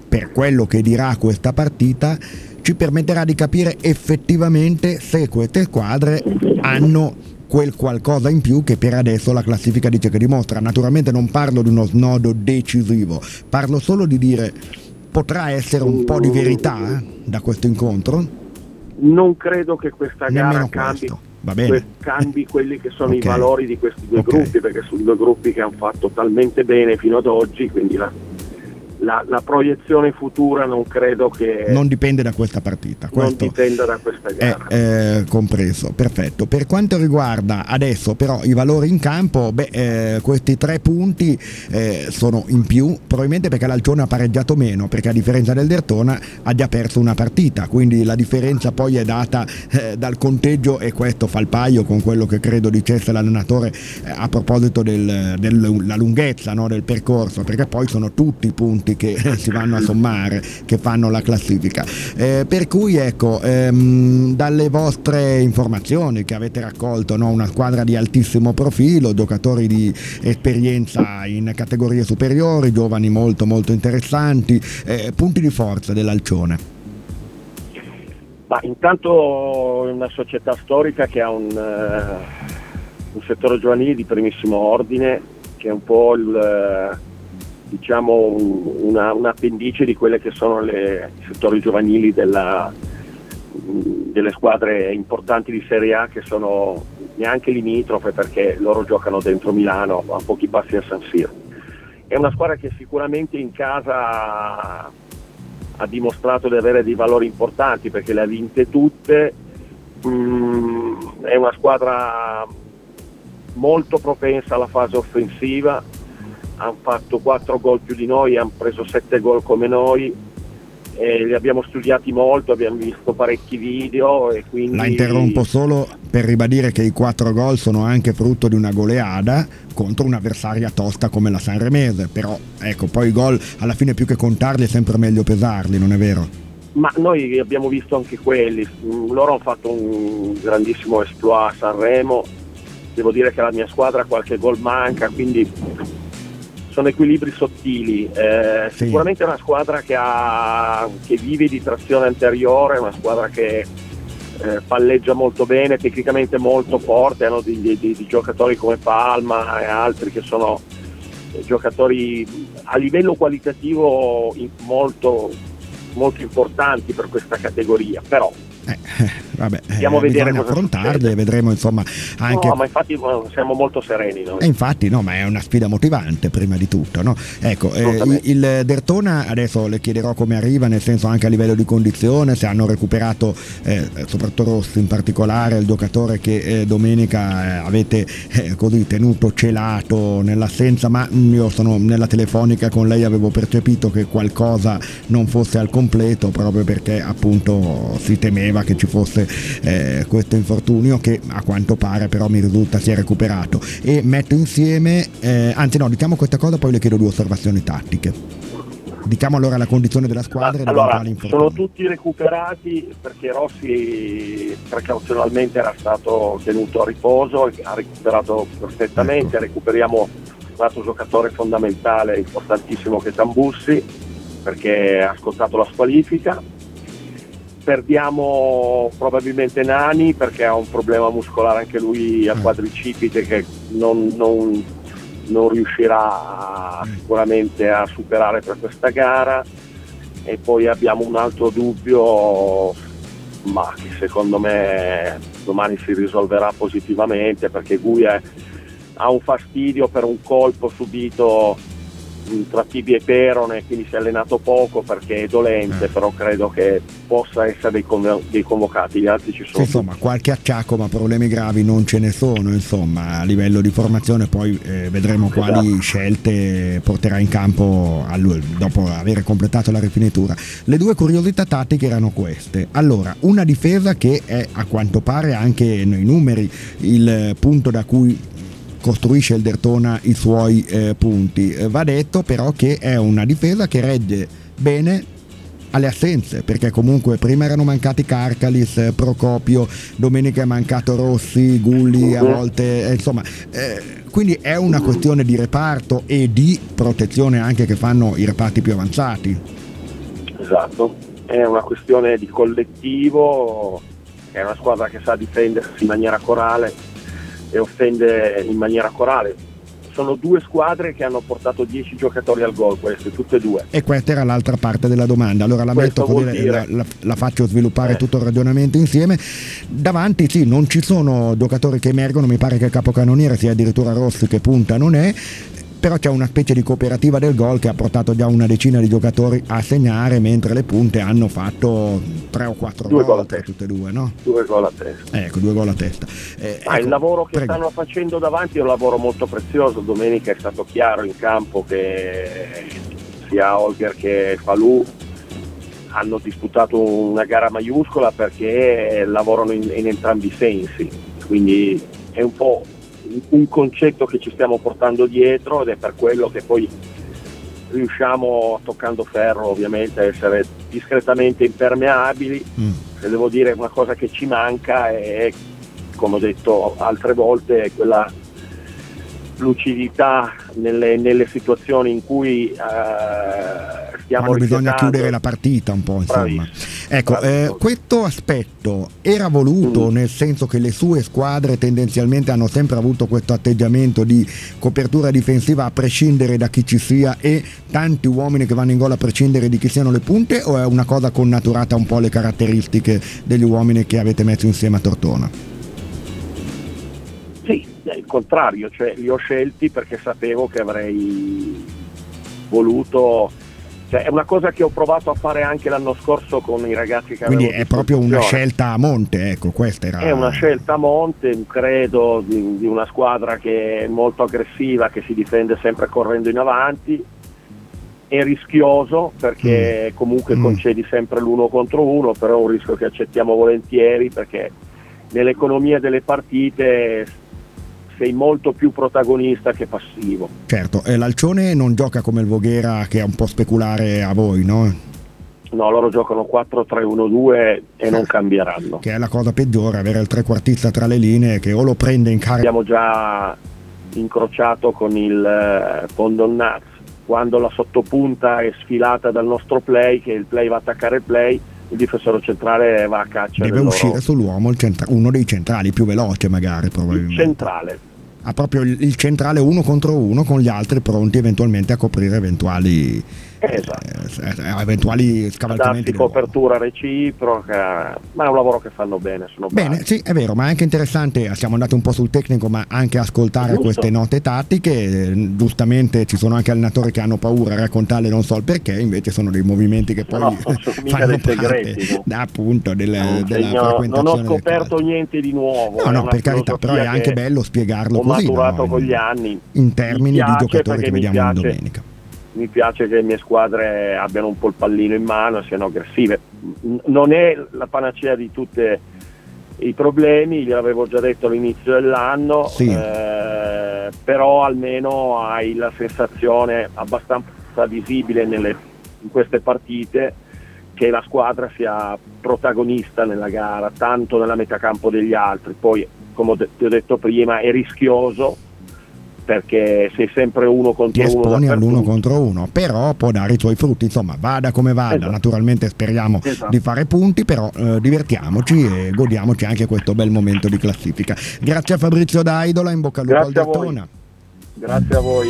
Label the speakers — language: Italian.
Speaker 1: per quello che dirà questa partita, ci permetterà di capire effettivamente se queste squadre hanno quel qualcosa in più che per adesso la classifica dice che dimostra. Naturalmente non parlo di uno snodo decisivo, parlo solo di dire potrà essere un po' di verità da questo incontro.
Speaker 2: Non credo che questa
Speaker 1: Nemmeno
Speaker 2: gara
Speaker 1: questo. Va bene.
Speaker 2: cambi quelli che sono
Speaker 1: Ok.
Speaker 2: i valori di questi due gruppi, perché sono due gruppi che hanno fatto talmente bene fino ad oggi, quindi la proiezione futura non credo che
Speaker 1: Non dipende da questa partita, questo
Speaker 2: non dipenda da questa gara.
Speaker 1: è compreso. Perfetto. Per quanto riguarda adesso però i valori in campo, questi 3 punti sono in più, probabilmente perché l'Alcione ha pareggiato meno, perché a differenza del Derthona ha già perso una partita, quindi la differenza poi è data dal conteggio, e questo fa il paio con quello che credo dicesse l'allenatore a proposito della lunghezza, no, del percorso, perché poi sono tutti i punti che si vanno a sommare che fanno la classifica, per cui ecco, dalle vostre informazioni che avete raccolto, no, una squadra di altissimo profilo, giocatori di esperienza in categorie superiori, giovani molto molto interessanti, punti di forza dell'Alcione.
Speaker 2: Ma intanto è una società storica che ha un settore giovanile di primissimo ordine, che è un po' una appendice di quelle che sono i settori giovanili delle squadre importanti di Serie A, che sono neanche limitrofe, perché loro giocano dentro Milano a pochi passi a San Siro. È una squadra che sicuramente in casa ha dimostrato di avere dei valori importanti, perché le ha vinte tutte. È una squadra molto propensa alla fase offensiva, hanno fatto 4 gol più di noi, hanno preso 7 gol come noi, li abbiamo studiati molto, abbiamo visto parecchi video e quindi...
Speaker 1: La interrompo solo per ribadire che i 4 gol sono anche frutto di una goleada contro un'avversaria tosta come la Sanremese, però ecco, poi i gol alla fine più che contarli è sempre meglio pesarli, non è vero?
Speaker 2: Ma noi abbiamo visto anche quelli, loro hanno fatto un grandissimo exploit a Sanremo, devo dire che la mia squadra qualche gol manca, quindi sono equilibri sottili.
Speaker 1: Sì.
Speaker 2: Sicuramente è una squadra che vive di trazione anteriore, è una squadra che palleggia molto bene, tecnicamente molto forte, hanno di giocatori come Palma e altri che sono giocatori a livello qualitativo molto, molto importanti per questa categoria, però
Speaker 1: vabbè,
Speaker 2: andiamo a vedere
Speaker 1: bisogna
Speaker 2: cosa
Speaker 1: affrontarle
Speaker 2: succede.
Speaker 1: e vedremo insomma anche...
Speaker 2: No, ma infatti siamo molto sereni noi.
Speaker 1: Infatti no, ma è una sfida motivante prima di tutto, no? Ecco, il Derthona adesso le chiederò come arriva, nel senso anche a livello di condizione, se hanno recuperato soprattutto Rossi in particolare, il giocatore che domenica avete così tenuto celato nell'assenza, ma io sono nella telefonica con lei, avevo percepito che qualcosa non fosse al completo, proprio perché appunto si temeva che ci fosse questo infortunio, che a quanto pare però mi risulta si è recuperato. E metto insieme, anzi no, diciamo questa cosa, poi le chiedo 2 osservazioni tattiche. Diciamo allora la condizione della squadra.
Speaker 2: Allora, sono tutti recuperati, perché Rossi precauzionalmente era stato tenuto a riposo, ha recuperato perfettamente. Ecco. Recuperiamo un altro giocatore fondamentale, importantissimo, che è Tambussi, perché ha scontato la squalifica. Perdiamo probabilmente Nani, perché ha un problema muscolare anche lui al quadricipite, che non riuscirà sicuramente a superare per questa gara. E poi abbiamo un altro dubbio, ma che secondo me domani si risolverà positivamente, perché Guia ha un fastidio per un colpo subito tra tibia e perone, quindi si è allenato poco perché è dolente, però credo che possa essere dei convocati, gli altri ci sono.
Speaker 1: Insomma, qualche acciacco, ma problemi gravi non ce ne sono, insomma, a livello di formazione. Poi vedremo quali scelte porterà in campo dopo aver completato la rifinitura. Le 2 curiosità tattiche erano queste. Allora, una difesa che è a quanto pare anche nei numeri il punto da cui costruisce il Derthona i suoi punti. Va detto però che è una difesa che regge bene alle assenze, perché comunque prima erano mancati Carcalis, Procopio, domenica è mancato Rossi, Gulli a volte, insomma, quindi è una questione di reparto e di protezione anche che fanno i reparti più avanzati.
Speaker 2: Esatto, è una questione di collettivo, è una squadra che sa difendersi in maniera corale e offende in maniera corale. Sono due squadre che hanno portato 10 giocatori al gol, queste, tutte e due.
Speaker 1: E questa era l'altra parte della domanda, allora la
Speaker 2: Questo
Speaker 1: metto così, la faccio sviluppare tutto il ragionamento insieme. Davanti sì, non ci sono giocatori che emergono, mi pare che il capocannoniere sia addirittura Rossi, che punta non è, però c'è una specie di cooperativa del gol che ha portato già una decina di giocatori a segnare, mentre le punte hanno fatto 3 o 4 gol tutte e due, no?
Speaker 2: 2 gol a testa.
Speaker 1: Ecco, 2 gol a testa.
Speaker 2: Ecco, il lavoro che stanno facendo davanti è un lavoro molto prezioso. Domenica è stato chiaro in campo che sia Holger che Falù hanno disputato una gara maiuscola perché lavorano in entrambi i sensi, quindi è un po' un concetto che ci stiamo portando dietro, ed è per quello che poi riusciamo, toccando ferro ovviamente, a essere discretamente impermeabili. Se devo dire una cosa che ci manca è, come ho detto altre volte, è quella lucidità nelle situazioni in cui stiamo
Speaker 1: quando bisogna chiudere la partita un po', insomma.
Speaker 2: Bravissimo.
Speaker 1: Ecco, questo aspetto era voluto, nel senso che le sue squadre tendenzialmente hanno sempre avuto questo atteggiamento di copertura difensiva a prescindere da chi ci sia, e tanti uomini che vanno in gol a prescindere di chi siano le punte, o è una cosa connaturata un po' alle caratteristiche degli uomini che avete messo insieme a Tortona?
Speaker 2: Sì, è il contrario, cioè li ho scelti perché sapevo che avrei voluto, cioè è una cosa che ho provato a fare anche l'anno scorso con i ragazzi che
Speaker 1: quindi
Speaker 2: avevo.
Speaker 1: È proprio una scelta a monte, ecco, questa era.
Speaker 2: È una scelta a monte, un credo di una squadra che è molto aggressiva, che si difende sempre correndo in avanti. È rischioso perché comunque concedi sempre l'1 contro 1, però è un rischio che accettiamo volentieri, perché nell'economia delle partite sei molto più protagonista che passivo.
Speaker 1: Certo, e l'Alcione non gioca come il Voghera, che è un po' speculare a voi, no?
Speaker 2: No, loro giocano 4-3-1-2 e non cambieranno.
Speaker 1: Che è la cosa peggiore, avere il trequartista tra le linee che o lo prende in carico.
Speaker 2: Abbiamo già incrociato con il Pondonnaz, quando la sottopunta è sfilata dal nostro play, che il play va a attaccare il play, il difensore centrale va a caccia.
Speaker 1: Deve uscire sull'uomo uno dei centrali, più veloce magari probabilmente.
Speaker 2: Il centrale.
Speaker 1: Ha proprio il centrale 1 contro 1 con gli altri pronti eventualmente a coprire eventuali scavalcamenti.
Speaker 2: Darsi copertura reciproca, ma è un lavoro che fanno bene, sono bravi.
Speaker 1: Bene, sì, è vero, ma è anche interessante, siamo andati un po' sul tecnico, ma anche ascoltare queste note tattiche. Giustamente ci sono anche allenatori che hanno paura a raccontarle, non so il perché, invece sono dei movimenti che poi fanno
Speaker 2: dei
Speaker 1: parte
Speaker 2: segreti,
Speaker 1: appunto della frequentazione.
Speaker 2: Non ho scoperto niente di nuovo.
Speaker 1: No, per carità, però è anche bello spiegarlo così.
Speaker 2: Ho maturato con gli anni.
Speaker 1: In termini di giocatori che vediamo domenica.
Speaker 2: Mi piace che le mie squadre abbiano un po' il pallino in mano e siano aggressive. Non è la panacea di tutti i problemi, gliel'avevo già detto all'inizio dell'anno,
Speaker 1: sì.
Speaker 2: Però almeno hai la sensazione abbastanza visibile in queste partite che la squadra sia protagonista nella gara, tanto nella metà campo degli altri. Poi, come ti ho detto prima, è rischioso perché sei sempre uno contro uno.
Speaker 1: Ti esponi all'1 contro 1, però può dare i suoi frutti, insomma, vada come vada. Esatto. Naturalmente speriamo di fare punti, però divertiamoci e godiamoci anche questo bel momento di classifica. Grazie a Fabrizio Daidola, in bocca al lupo al Tortona.
Speaker 2: Grazie a voi.